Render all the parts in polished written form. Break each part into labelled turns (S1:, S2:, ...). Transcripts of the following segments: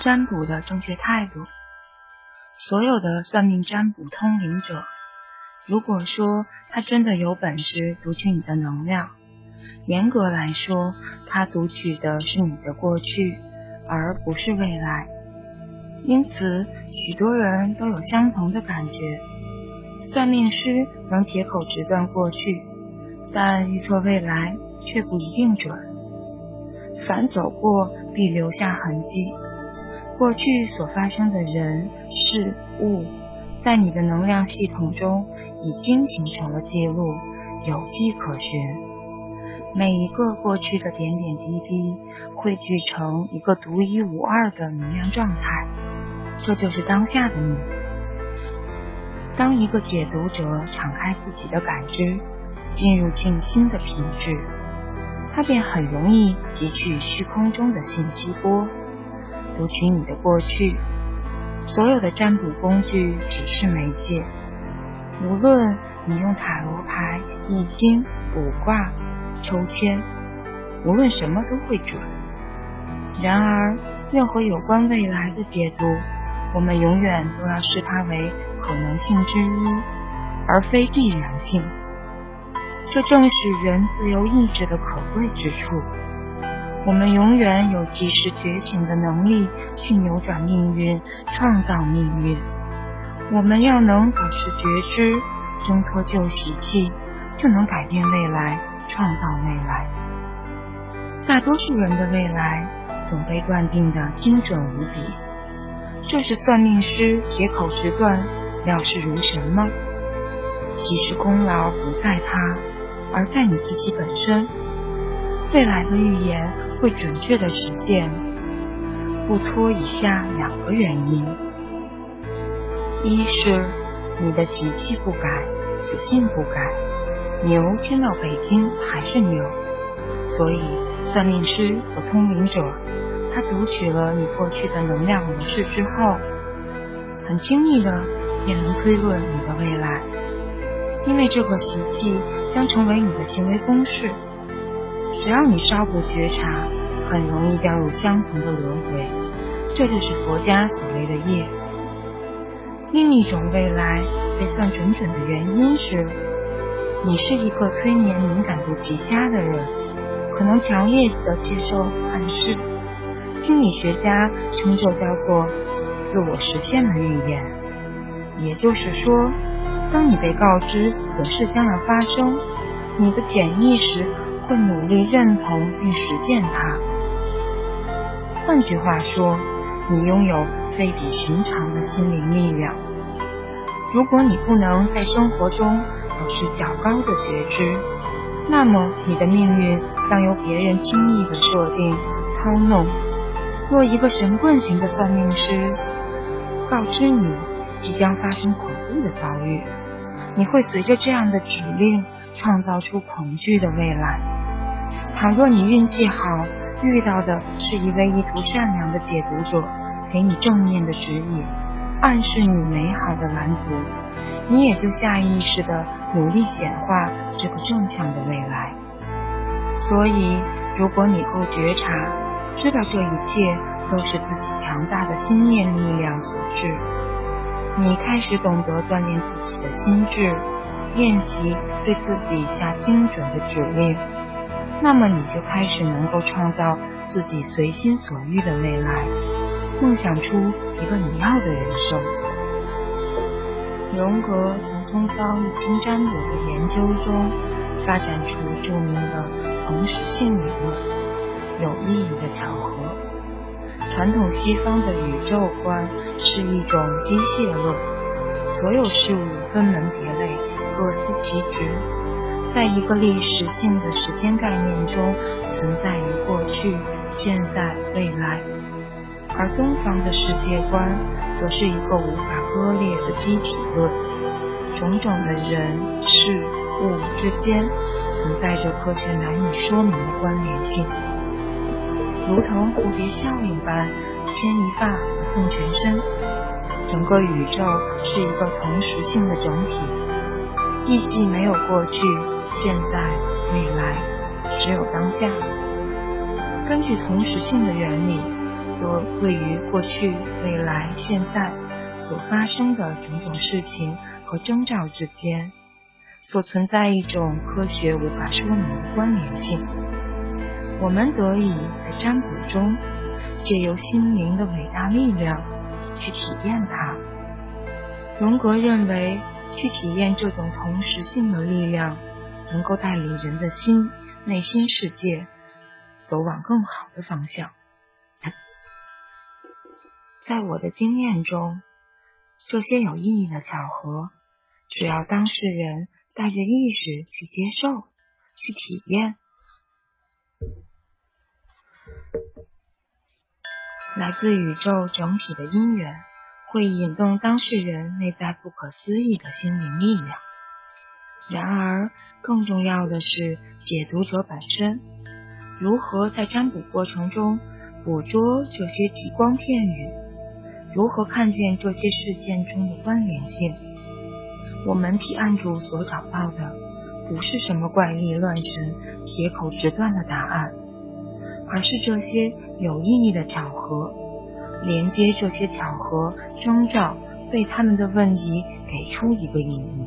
S1: 占卜的正确态度。所有的算命占卜通灵者，如果说他真的有本事读取你的能量，严格来说，他读取的是你的过去，而不是未来。因此，许多人都有相同的感觉。算命师能铁口直断过去，但预测未来却不一定准。凡走过，必留下痕迹。过去所发生的人、事、物，在你的能量系统中已经形成了记录，有迹可循。每一个过去的点点滴滴，汇聚成一个独一无二的能量状态，这就是当下的你。当一个解读者敞开自己的感知，进入静心的品质，他便很容易汲取虚空中的信息波，读取你的过去。所有的占卜工具只是媒介，无论你用塔罗牌、易经、卜卦、抽签，无论什么都会准。然而，任何有关未来的解读，我们永远都要视它为可能性之一，而非必然性。这正是人自由意志的可贵之处。我们永远有及时觉醒的能力去扭转命运，创造命运。我们要能保持觉知，挣脱旧习气，就能改变未来，创造未来。大多数人的未来总被断定的精准无比，这是算命师铁口直断，料事如神吗？其实功劳不在他，而在你自己本身。未来的预言会准确的实现，不脱以下2个原因：一是你的习气不改，死性不改，牛迁到北京还是牛。所以算命师和通灵者，他读取了你过去的能量模式之后，很轻易的便能推论你的未来，因为这个习气将成为你的行为公式。只要你稍不觉察，很容易掉入相同的轮回，这就是佛家所谓的业。另一种未来被算准的原因是，你是一个催眠敏感度极佳的人，可能强烈的接受暗示。心理学家称这叫做自我实现的预言。也就是说，当你被告知何事将要发生，你的潜意识会努力认同并实践它。换句话说，你拥有非比寻常的心灵力量。如果你不能在生活中保持较高的觉知，那么你的命运将由别人轻易的设定、操弄。若一个神棍型的算命师告知你即将发生恐怖的遭遇，你会随着这样的指令创造出恐惧的未来。倘若你运气好，遇到的是一位意图善良的解读者，给你正面的指引，暗示你美好的蓝图，你也就下意识地努力显化这个正向的未来。所以，如果你够觉察，知道这一切都是自己强大的心念力量所致，你开始懂得锻炼自己的心智，练习对自己下精准的指令，那么你就开始能够创造自己随心所欲的未来，梦想出一个你要的人生。荣格从东方易经占卜的研究中发展出著名的同时性理论。有意义的巧合，传统西方的宇宙观是一种机械论，所有事物分门别类，各司其职，在一个历史性的时间概念中存在于过去、现在、未来。而东方的世界观则是一个无法割裂的机体论，种种的人、事、物之间存在着科学难以说明的关联性，如同蝴蝶效应般，牵一发而动全身。整个宇宙是一个同时性的整体，亦既没有过去、现在、未来，只有当下。根据同时性的原理， 所位于过去、未来、现在所发生的种种事情和征兆之间，所存在一种科学无法说明的关联性。我们得以在占卜中借由心灵的伟大力量去体验它。荣格认为，去体验这种同时性的力量，能够带领人的内心世界走往更好的方向。在我的经验中，这些有意义的巧合，只要当事人带着意识去接受、去体验，来自宇宙整体的因缘，会引动当事人内在不可思议的心灵力量。然而，更重要的是解读者本身，如何在占卜过程中捕捉这些极光片语，如何看见这些事件中的关联性。我们替案主所找到的，不是什么怪力乱神、铁口直断的答案，而是这些有意义的巧合，连接这些巧合征兆，为他们的问题给出一个意义。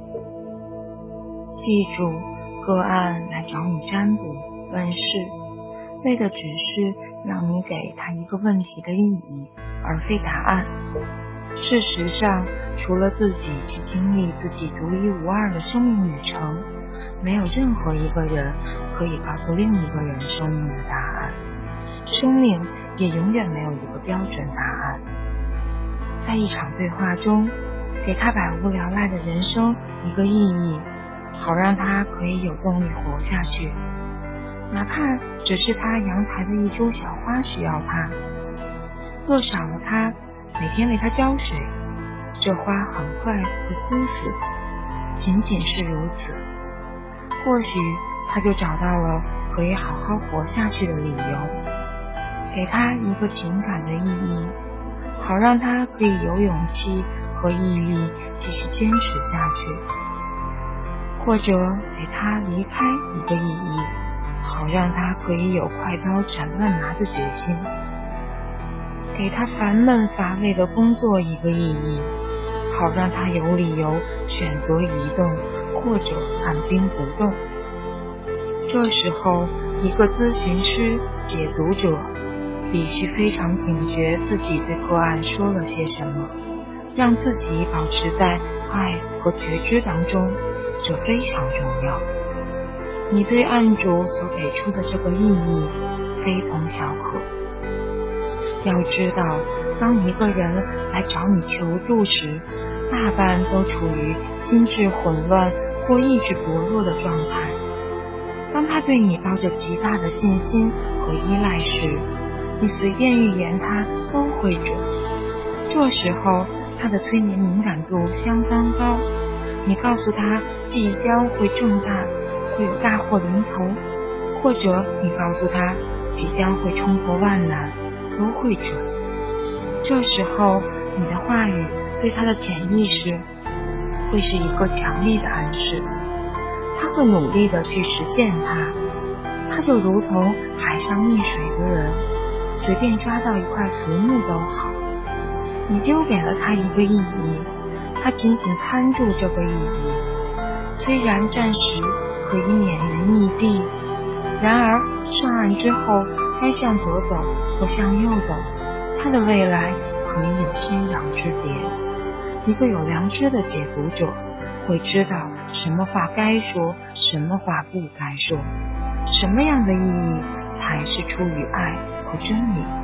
S1: 记住，个案来找你占卜问事，为的只是让你给他一个问题的意义，而非答案。事实上，除了自己去经历自己独一无二的生命旅程，没有任何一个人可以告诉另一个人生命的答案。生命也永远没有一个标准答案。在一场对话中，给他百无聊赖的人生一个意义，好让他可以有动力活下去。哪怕只是他阳台的一株小花需要他，若少了他每天为他浇水，这花很快会枯死，仅仅是如此。或许他就找到了可以好好活下去的理由，给他一个情感的意义，好让他可以有勇气和毅力继续坚持下去。或者给他离开一个意义，好让他可以有快刀斩乱麻的决心。给他烦闷乏味的工作一个意义，好让他有理由选择移动或者按兵不动。这时候，一个咨询师、解读者必须非常警觉自己对个案说了些什么，让自己保持在爱和觉知当中，这非常重要。你对案主所给出的这个意义非同小可。要知道，当一个人来找你求助时，大半都处于心智混乱或意志薄弱的状态。当他对你抱着极大的信心和依赖时，你随便预言他都会准。这时候他的催眠敏感度相当高，你告诉他即将会中大，会有大祸临头，或者你告诉他即将会冲破万难，都会准。这时候你的话语对他的潜意识会是一个强烈的暗示，他会努力的去实现它。他就如同海上溺水的人，随便抓到一块浮木都好。你丢给了他一个意义，他紧紧攀住这个意义，虽然暂时可以免人溺毙，然而上岸之后该向左走或向右走，他的未来可以有天壤之别。一个有良知的解读者会知道什么话该说，什么话不该说，什么样的意义才是出于爱和真理。